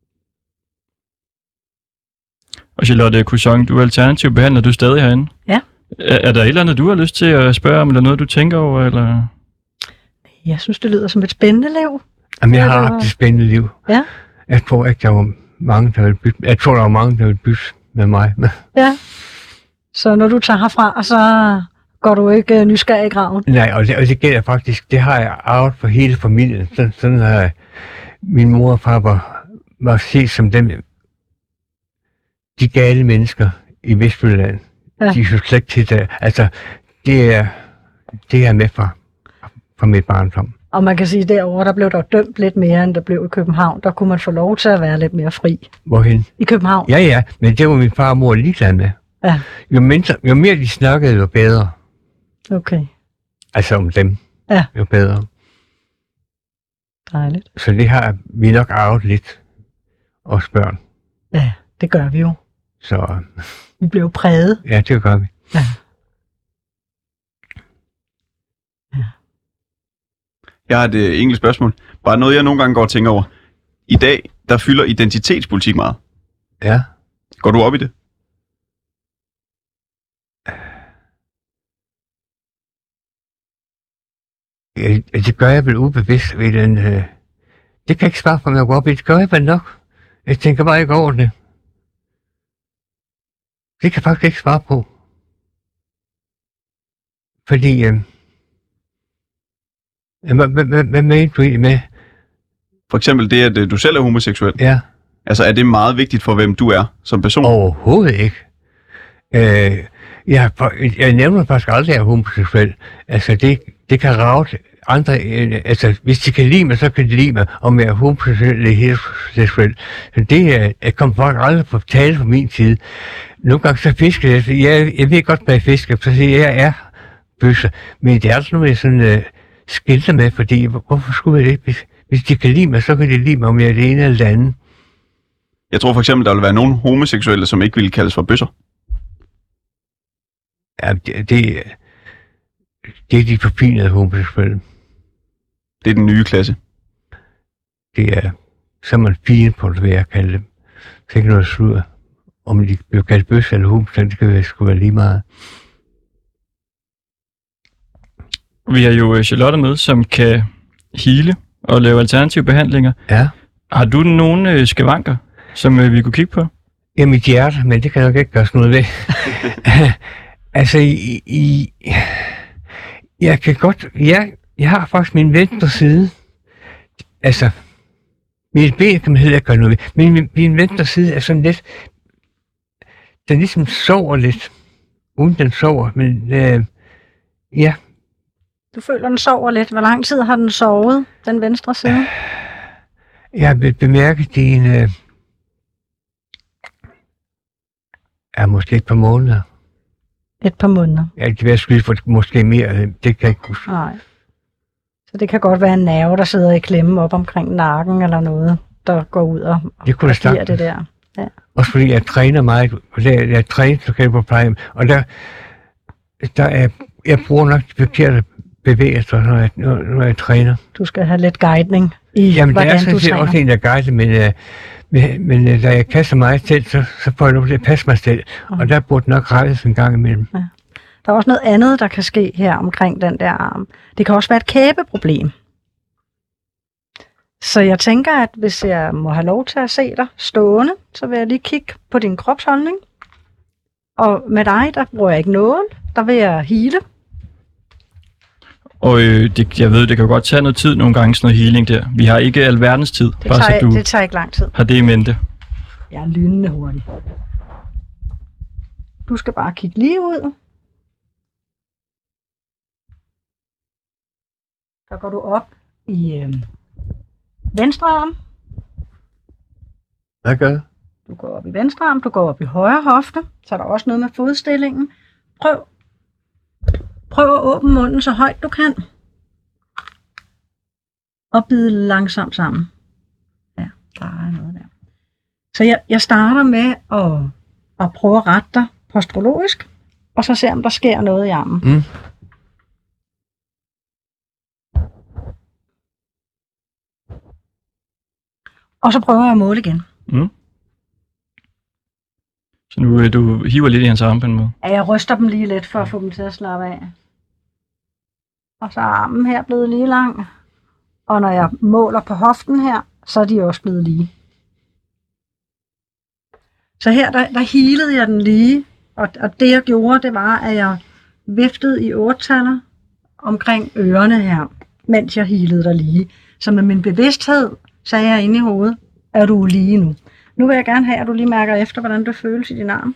Og Charlotte Cuson, du er alternativ behandler, du er stadig herinde. Ja. Er der et eller andet, du har lyst til at spørge om, eller noget, du tænker over? Eller? Jeg synes, det lyder som et spændende liv. Jamen, jeg har haft et spændende liv. Ja. Jeg tror ikke, der var mange, der ville bytte. Jeg tror, der var mange, der ville bytte med mig. Ja. Så når du tager herfra, så går du ikke nysgerrig i graven? Nej, og det gælder faktisk. Det har jeg arvet for hele familien. Sådan har min mor og far var set som dem, de gale mennesker i Vestjylland. Ja. De er jo slet ikke til det. Altså, det er med fra mit barndom. Og man kan sige, at derovre, der blev der dømt lidt mere, end der blev i København. Der kunne man få lov til at være lidt mere fri. Hvorhen? I København. Ja, men det var min far og mor ligeglad med. Ja. Jo mere de snakkede, jo bedre. Okay. Altså om dem. Ja. Jo bedre. Dejligt. Så det har vi nok arvet lidt. Os børn. Ja, det gør vi jo. Så vi blev præget. Ja, det gør vi. Ja. Jeg har et enkelt spørgsmål. Bare noget, jeg nogle gange går og tænker over. I dag, der fylder identitetspolitik meget. Ja. Går du op i det? Ja, det gør jeg vel ubevidst ved den. Det kan jeg ikke svare på, om jeg går op i. Det gør jeg vel nok. Jeg tænker bare ikke over det. Det kan jeg faktisk ikke svare på. Fordi, hvad mener du egentlig med? For eksempel det, at du selv er homoseksuel. Ja. Altså, er det meget vigtigt for, hvem du er som person? Overhovedet ikke. Jeg nævner faktisk aldrig, at jeg er homoseksuel. Altså, det kan rage andre. Altså, hvis de kan lide mig, så kan de lide mig, om jeg er homoseksuel eller heteroseksuel. Så det kommer faktisk aldrig på tale fra min side. Nogle gange så fisker jeg ved godt, hvad jeg fisker, så siger jeg er bøsse. Men det er altså noget, jeg sådan skilter med, fordi hvorfor skulle jeg det? Hvis de kan lide mig, så kan de lide mig, om jeg er det ene eller det andet. Jeg tror for eksempel, der vil være nogle homoseksuelle, som ikke vil kaldes for bøsser. Ja, det er de forfinede homoseksuelle. Det er den nye klasse. Det er, så er man fine på det, vil jeg kalde dem. Så ikke noget sludder. Om de bliver kaldt bøsser eller homoseksuelle, det kan sgu være lige meget. Vi har jo Charlotte med, som kan hele og lave alternative behandlinger. Ja. Har du nogle skavanker som vi kunne kigge på? Ja, mit hjerte, men det kan nok ikke gøre sådan noget ved. Altså, jeg kan godt... Jeg har faktisk min venstre side. Altså, min ben kan man heller ikke gøre noget ved. Men min venstre side er sådan lidt... Den ligesom sover lidt. Uden den sover, men ja. Du føler, den sover lidt. Hvor lang tid har den sovet, den venstre side? Jeg har bemærket det i en... måske et par måneder. Et par måneder? Ja, det vil jeg skyde for måske mere. Det kan jeg ikke huske. Nej. Så det kan godt være en nerve, der sidder i klemme op omkring nakken, eller noget, der går ud og giver det der. Ja. Også fordi jeg træner meget. Jeg træner lokalt på plejehjem, og jeg bruger nok de forkerte bevægelser, når jeg træner. Du skal have lidt guidning i, hvordan du træner. Jamen, det er også en, der guider, men da jeg kaster mig selv, så får jeg lov til at passe mig selv. Og der burde nok rettes en gang imellem. Ja. Der er også noget andet, der kan ske her omkring den der arm. Det kan også være et kæbeproblem. Så jeg tænker, at hvis jeg må have lov til at se dig stående, så vil jeg lige kigge på din kropsholdning. Og med dig, der bruger jeg ikke nål. Der vil jeg hele. Og jeg ved, det kan godt tage noget tid nogle gange, sådan noget healing der. Vi har ikke alverdens tid. Det tager ikke lang tid. Har det i mente. Jeg er lynende hurtig. Du skal bare kigge lige ud. Så går du op i venstre arm. Hvad gør jeg? Du går op i venstre arm, du går op i højre hofte. Så er der også noget med fodstillingen. Prøv at åbne munden så højt du kan. Og bide langsomt sammen. Ja, der er noget der. Så jeg starter med at prøve at rette dig postrologisk, og så se om der sker noget i armen. Mm. Og så prøver jeg at måle igen. Mm. Så nu du hiver lidt i hans arme på en måde? Ja, jeg ryster dem lige lidt for at få dem til at slappe af. Og så er armen her blevet lige lang. Og når jeg måler på hoften her, så er de også blevet lige. Så her, der healede jeg den lige. Og det jeg gjorde, det var, at jeg viftede i 8-taller omkring ørerne her, mens jeg healede dig lige. Så med min bevidsthed sagde jeg inde i hovedet, er du lige nu. Nu vil jeg gerne have, at du lige mærker efter, hvordan det føles i din arm.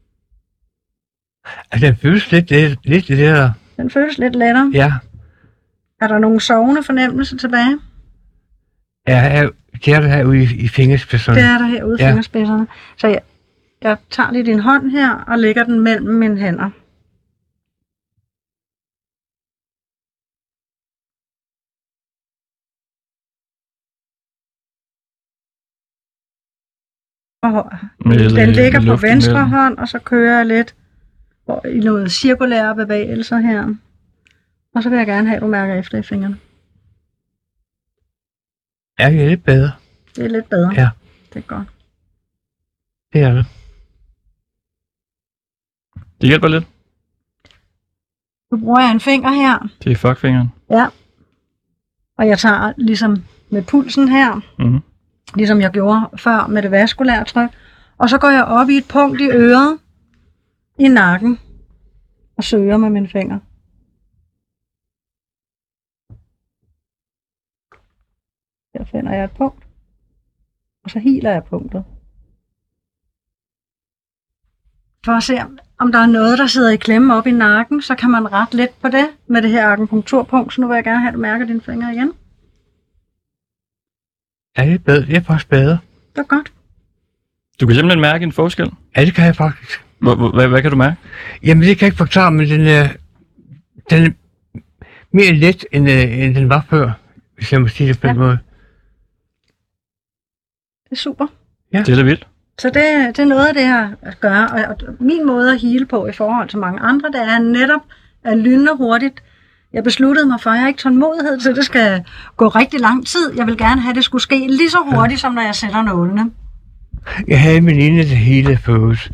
Altså, den føles lidt lettere. Den føles lidt lettere? Ja. Er der nogle sovende fornemmelser tilbage? Ja, det er der herude i fingerspidserne. Det er der herude i fingerspidserne. Så jeg tager lige din hånd her og lægger den mellem mine hænder. Den ligger på venstre hånd, og så kører jeg lidt i noget cirkulære bevægelser her. Og så vil jeg gerne have, at du mærker efter i fingrene. Ja, det er lidt bedre. Det er lidt bedre? Ja. Det er godt. Det er det. Det hjælper lidt. Nu bruger jeg en finger her. Det er fuckfingeren. Ja. Og jeg tager ligesom med pulsen her. Mm-hmm. Ligesom jeg gjorde før med det vaskulære tryk. Og så går jeg op i et punkt i øret, i nakken, og søger med mine fingre. Her finder jeg et punkt, og så healer jeg punktet. For at se, om der er noget, der sidder i klemme op i nakken, så kan man rette lidt på det med det her akupunkturpunkt. Så nu vil jeg gerne have, at du mærker dine fingre igen. Ja, det er bedre. Det er faktisk bedre. Det er godt. Du kan simpelthen mærke en forskel? Ja, det kan jeg faktisk. Hvad kan du mærke? Jamen, det kan jeg ikke forklare, men den er mere let, end den var før, hvis jeg må sige det på den måde. Det er super. Ja. Det er da vildt. Så det er noget af det, jeg gør. Og min måde at heale på i forhold til mange andre, det er netop at lynne hurtigt. Jeg besluttede mig for, at jeg ikke tålmodighed til, det skal gå rigtig lang tid. Jeg vil gerne have, at det skulle ske lige så hurtigt, som når jeg sætter nålene. Jeg havde min ene det hele følelse,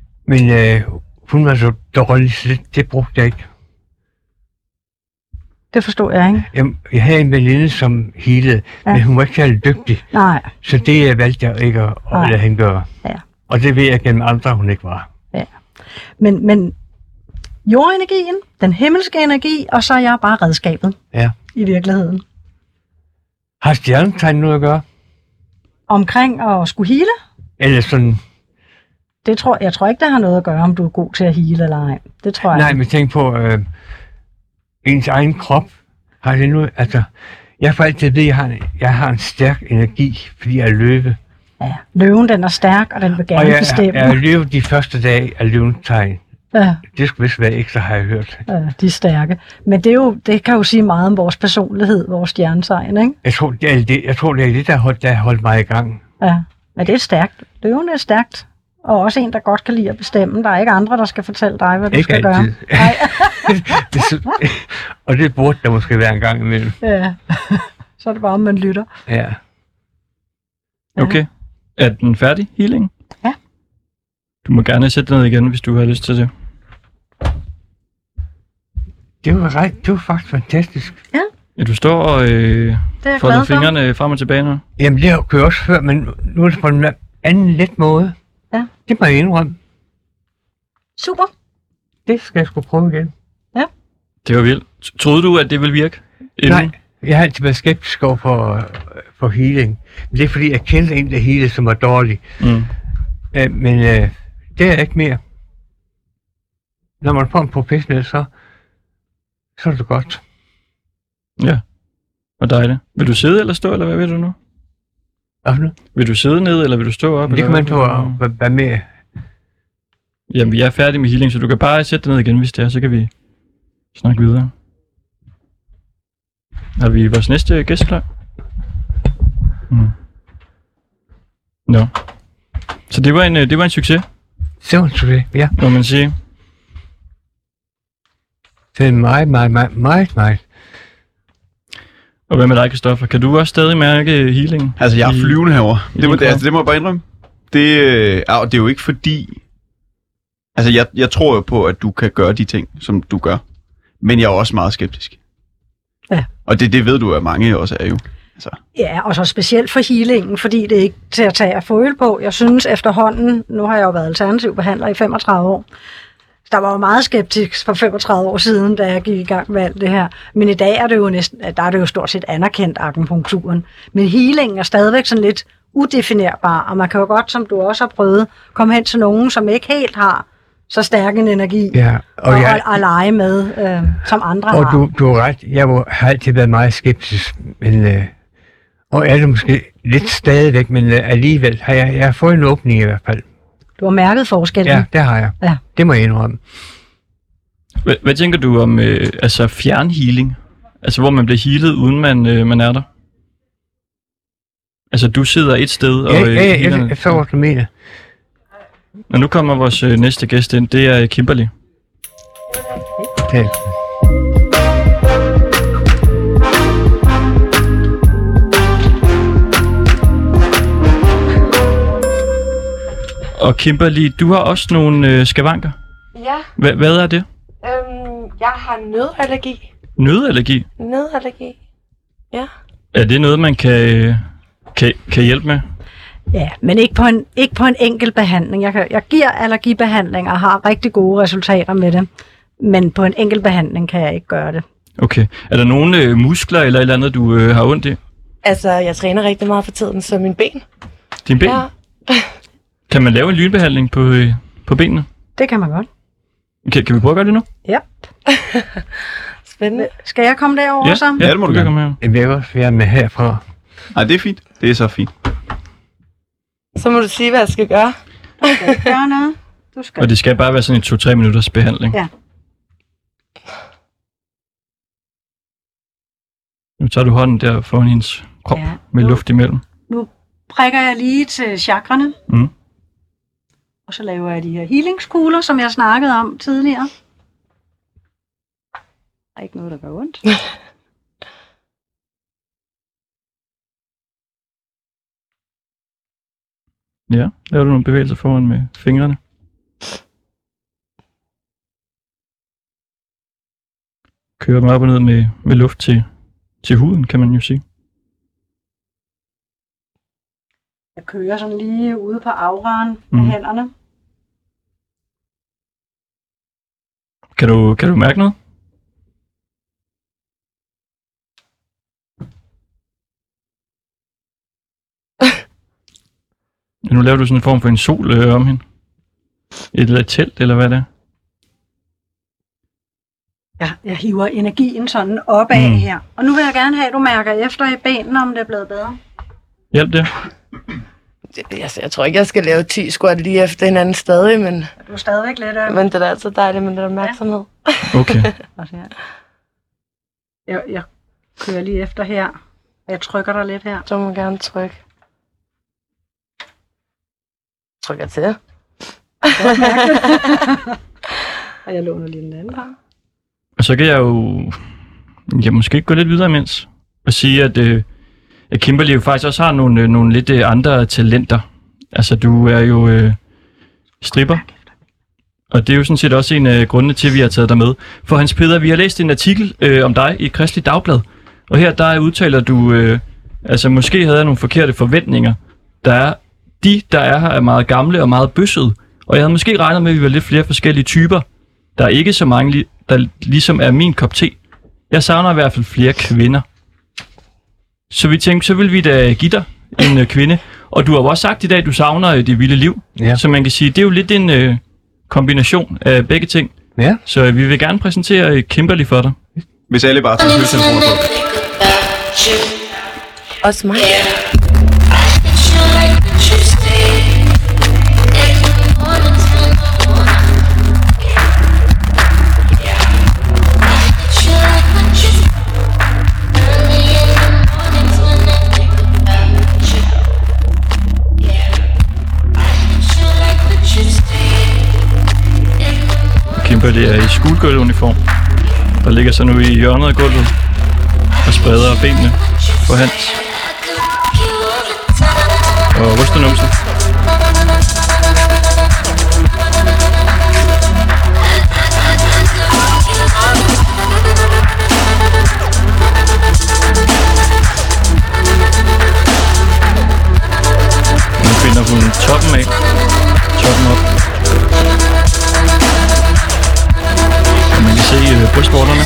men hun var så dårlig, så det brugte jeg ikke. Det forstod jeg ikke. Jeg havde en veninde, som healede, men hun var ikke særlig dygtig. Nej. Så det valgte jeg ikke at lade hende gøre. Ja. Og det ved jeg gennem andre, hun ikke var. Ja. Men jordenergien, den himmelske energi, og så er jeg bare redskabet. Ja. I virkeligheden. Har stjernetegn noget at gøre? Omkring at skulle hele? Eller sådan... Jeg tror ikke, det har noget at gøre, om du er god til at hele eller ej. Det tror jeg Nej, ikke. men tænk på ens egen krop. Har det nu... Altså, jeg får altid ved, at jeg har en stærk energi, fordi jeg er løve. Ja, løven den er stærk, og den vil gerne bestemme. Og jeg er løve de første dage af løvens tegn. Ja. Det skulle vist være ekstra, har jeg hørt. Ja, de er stærke. Men det kan jo sige meget om vores personlighed, vores stjernetegn, ikke? Jeg tror, det er det, der har holdt mig i gang. Ja, men det er stærkt. Løven er stærkt. Og også en, der godt kan lide at bestemme. Der er ikke andre, der skal fortælle dig, hvad du ikke skal altid. gøre. Nej. Og det burde der måske være en gang imellem. Ja, så er det bare, om man lytter. Ja. Okay. Er den færdig, healing? Ja. Du må gerne sætte den ned igen, hvis du har lyst til det. Det var faktisk fantastisk. Ja, du står og Det er jeg folder glad for. fingrene frem og tilbage nu. Jamen, det har jeg også før, men nu er det på en anden let måde. Ja. Det må jeg indrømme. Super. Det skal jeg sgu prøve igen. Det var vildt. Troede du, at det ville virke? Nej, jeg har altid været skeptisk over for healing. Men det er fordi, jeg kendte en, der healede, som var dårlig. Mm. Men det er ikke mere. Når man får en professionel, så er det godt. Ja. Og dejligt. Vil du sidde eller stå, eller hvad vil du nu? Hvorfor nu? Vil du sidde ned, eller vil du stå op? Det kan man på at være med. Jamen, vi er færdige med healing, så du kan bare sætte dig ned igen, hvis det er, så kan vi snakke videre. Har vi vores næste gæst klar? Nå. Så det var en succes, Så det, ja. må man sige. Det er meget. Og hvad med dig, Christoffer? Kan du også stadig mærke healing? Altså, jeg er flyvende herover. i Det må din krop? jeg bare indrømme. Det er jo ikke fordi... Altså, jeg tror jo på, at du kan gøre de ting, som du gør. Men jeg er også meget skeptisk. Ja. Og det ved du, at mange også er jo. Altså. Ja, og så specielt for healingen, fordi det er ikke til at tage at føle på. Jeg synes efterhånden, nu har jeg jo været alternativ behandler i 35 år, der var jo meget skeptisk for 35 år siden, da jeg gik i gang med alt det her. Men i dag er det jo der er det jo stort set anerkendt, akupunkturen. Men healingen er stadigvæk sådan lidt udefinerbar, og man kan jo godt, som du også har prøvet, komme hen til nogen, som ikke helt har så stærk en energi Ja, at lege med, som andre har. Og du har ret. Jeg har altid været meget skeptisk, men og er det måske lidt stadigvæk, men alligevel har jeg fået en åbning i hvert fald. Du har mærket forskellen. Ja, det har jeg. Ja. Det må jeg indrømme. Hvad tænker du om fjernhealing? Altså, hvor man bliver healet, uden man er der? Altså, du sidder et sted, og Jeg så, hvad du mener. Og nu kommer vores næste gæst ind. Det er Kimberly. Det. Og Kimberly, du har også nogle skavanker. Ja, Hvad er det? jeg har nødallergi. Nødallergi? Nødallergi. Ja. Er det noget, man kan hjælpe med? Ja, men ikke på en enkelt behandling. Jeg giver allergibehandling og har rigtig gode resultater med det. Men på en enkelt behandling kan jeg ikke gøre det. Okay. Er der nogle muskler eller et eller andet, du har ondt i? Altså, jeg træner rigtig meget for tiden, så min ben. Dine ben? Ja. Kan man lave en lynbehandling på benene? Det kan man godt. Kan vi prøve at gøre det nu? Ja. Spændende. Skal jeg komme derover så? Ja, det må du kan gerne. komme her. Jeg vil også være med herfra. Nej, det er fint. Det er så fint. Så må du sige, hvad jeg skal gøre. Gør noget. Du skal. Og det skal bare være sådan en 2-3 minutters behandling. Ja. Nu tager du hånden der foran hendes krop Ja. med luft imellem. Nu prikker jeg lige til chakrene. Mm. Og så laver jeg de her healingskugler, som jeg snakkede om tidligere. Der er ikke noget, der gør ondt. Ja, laver du nogle bevægelser foran med fingrene. kører dem op og ned med luft til huden, kan man jo sige. Jeg kører sådan lige ude på auraen med hænderne. Kan du mærke noget? Nu laver du sådan en form for en sol om hende. Et telt, eller hvad det er? Ja, jeg hiver energien sådan opad her. Og nu vil jeg gerne have, at du mærker efter i benene, om det er blevet bedre. Hjælp det. Jeg tror ikke, jeg skal lave 10 squat lige efter hinanden stadig, men... Du er stadigvæk lidt Men det er da altid dejligt med lidt opmærksomhed. Okay. Jeg kører lige efter her. Jeg trykker dig lidt her. Så må man gerne trykke. Trykker til. Og jeg låner lige den anden her. Og så kan jeg jo måske gå lidt videre imens og sige, at Kimberly jo faktisk også har nogle lidt andre talenter. Altså, du er jo stripper, og det er jo sådan set også en af grundene til, at vi har taget dig med. For Hans Peder, vi har læst en artikel om dig i Kristelig Dagblad, og her der udtaler du, altså måske havde jeg nogle forkerte forventninger. Der er her er meget gamle og meget bøssede, og jeg havde måske regnet med, at vi var lidt flere forskellige typer. Der er ikke så mange, der ligesom er min kop te. Jeg savner i hvert fald flere kvinder. Så vi tænkte, så vil vi da give dig en kvinde. Og du har også sagt i dag, at du savner det vilde liv. Ja. Så man kan sige, det er jo lidt en kombination af begge ting. Ja. Så vi vil gerne præsentere Kimberly for dig. Hvis alle bare tager høretelefoner på. Også mig. Kimberly er i schoolgirl-uniform og ligger så nu i hjørnet af gulvet og spreder benene for Hans og ryster numsen. Nu finder hun toppen af. Toppen op. Og man kan se brystvorterne.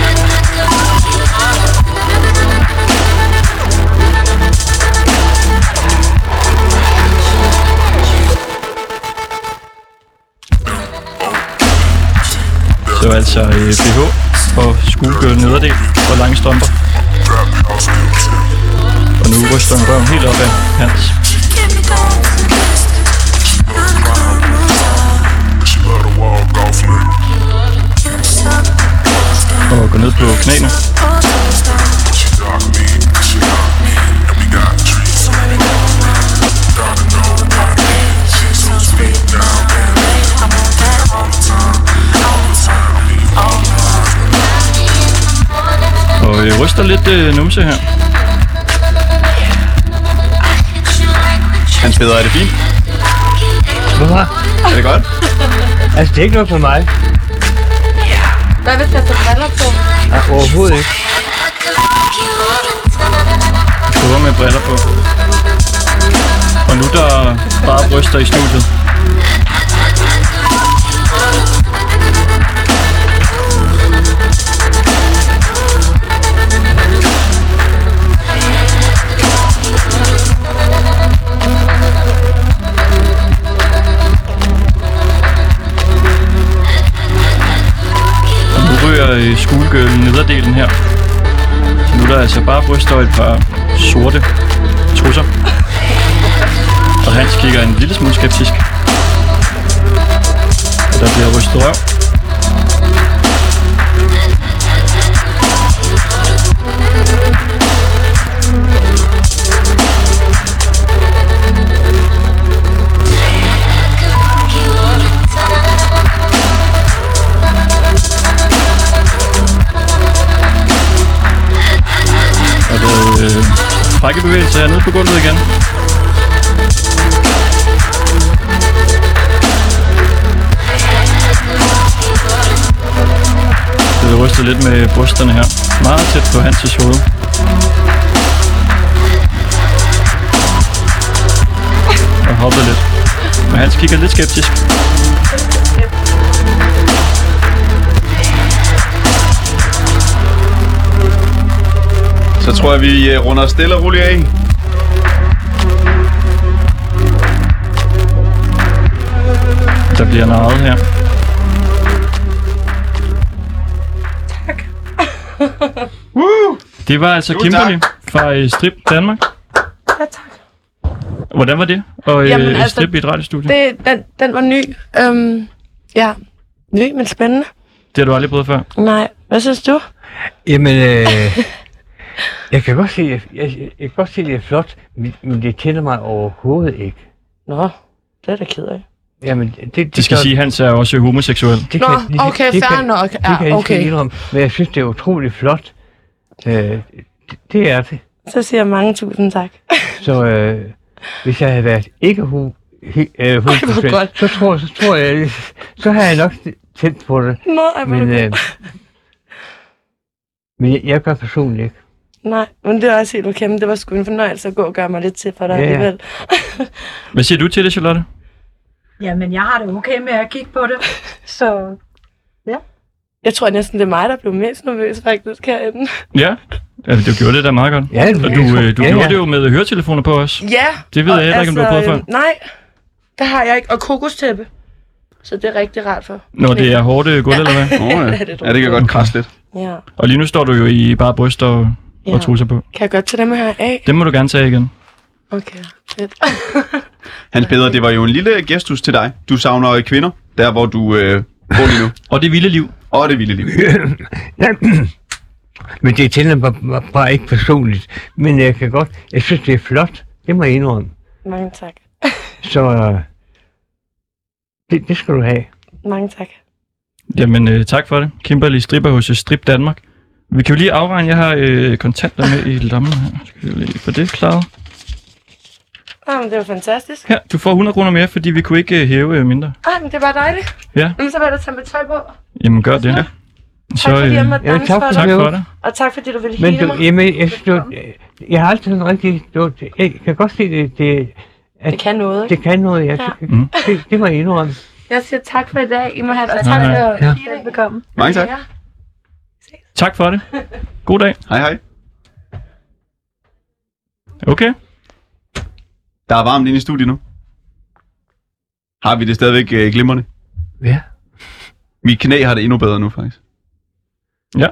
Så altså BH og schoolgirl nederdel og lange strømper. Og nu ryster hun røven helt op af Hans. Og gå ned på knæene. Og jeg ryster lidt numse her. Hans Peder, er det fint? Hvorfor? Er det godt? Altså, det er ikke noget for mig. Hvad hvis jeg tager briller på? Nej, overhovedet ikke. Prøver med briller på. Og nu der bare bryster i studiet. Schoolgirl nederdelen her. Så nu er der altså bare bryster og et par sorte trusser. Og Hans kigger en lille smule skeptisk. Og der bliver rystet røv. Frække bevægelser her nede på gulvet igen. Det er rystet lidt med brysterne her. Meget tæt på Hans' hoved. Og hoppet lidt. Men Hans kigger lidt skeptisk. Så tror jeg, vi runder stille og roligt af. Der bliver narret her. Tak. Det var altså Kimberly fra Strip Danmark. Ja, tak. Hvordan var det? Og Jamen, altså, Strip i et radiostudie? Den var ny. Ja, ny, men spændende. Det har du aldrig prøvet før? Nej, hvad synes du? Jamen, jeg kan godt se, jeg kan godt se, det er flot, men det tænder mig overhovedet ikke. Nå, det er da ked af. Jamen, Det skal sige, at Hans er også homoseksuel. Nå, okay, fair nok. Det kan jeg ikke indrømme, men jeg synes, det er utroligt flot. Det er det. Så siger jeg mange tusind tak. Så hvis jeg havde været ikke homoseksuel, så tror jeg, så har jeg nok tændt på det. Nej, Men jeg gør personligt ikke. Nej, men det er også helt okay, men det var sgu en fornøjelse at gå og gøre mig lidt til for dig alligevel. Hvad siger du til det, Charlotte? Jamen, jeg har det okay med at kigge på det, så ja. Jeg tror næsten, det er mig, der blev mest nervøs faktisk herinde. Ja, altså, du gjorde det da meget godt. Ja, og du gjorde det jo med høretelefoner på os. Ja. Det ved jeg heller ikke, om du har prøvet før. Nej, det har jeg ikke. Og kokostæppe. Så det er rigtig rart for. Når det er hårdt gulv, eller hvad? Ja, det kan godt krasse lidt. Ja. Og lige nu står du jo i bare bryster og trusser på. Kan jeg godt tage dem her af? Dem må du gerne tage igen. Okay, fedt. Hans Peder, det var jo en lille gestus til dig. Du savner kvinder, der hvor du bor lige nu. Og det vilde liv. Og det vilde liv. Ja. Men det tænder mig bare ikke personligt. Men jeg synes, det er flot. Det må jeg indrømme. Mange tak. Så det skal du have. Mange tak. Jamen, tak for det. Kimberly stripper hos Strip Danmark. Vi kan jo lige afregne, jeg har kontanter med i lommen her. Skal vi lige få det klaret? Men det var fantastisk. Her, du får 100 kroner mere, fordi vi kunne ikke hæve mindre. Men det var dejligt. Ja. Men så vil jeg da tage mit tøj på. Jamen, gør det. Ja. Så, tak fordi jeg måtte danse tak for tak dig. for det. Og tak fordi du ville Men hele mig. jamen, jeg har altid sådan rigtig... Jeg kan godt se, det kan noget, ikke? Det kan noget, ja. Det må jeg indrømme. Jeg siger tak for i dag. I må have det. Og Hej, tak hej. for Ja. Velbekomme. Mange tak. Ja. Tak for det. God dag. Hej hej. Okay. Der er varmt inde i studiet nu. Har vi det stadigvæk glimrende? Ja. Mit knæ har det endnu bedre nu, faktisk. Ja.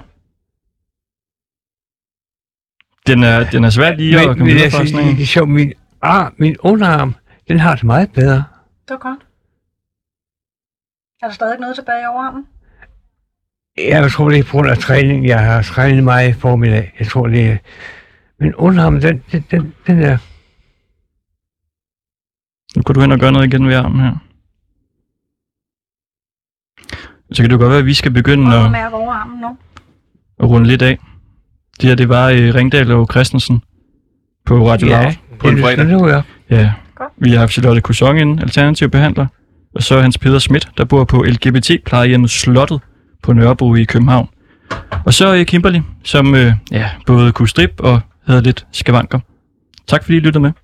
Den er svært lige at komme videre fra sådan en. Det er sjovt, min underarm, den har det meget bedre. Det var godt. Er der stadig noget tilbage i overarmen? Jeg tror, det er på grund af træning. Jeg har trænet meget i formiddag. Jeg tror, det er... Men underarmen, den er... Nu kan du hen og gøre noget igen ved armen her. Så kan det godt være, at vi skal begynde Prøv at mærke overarmen nu. at runde lidt af. Det her, det var Ringdal og Christensen på Radio Loud. På en fredag. Nu, ja. Ja. Godt. Vi har haft Charlotte Couson inden, alternativ behandler. Og så Hans Peder Schmidt, der bor på LGBT-plejehjemmet Slottet på Nørrebro i København. Og så Kimberly, som både kunne strippe og havde lidt skavanker. Tak fordi I lyttede med.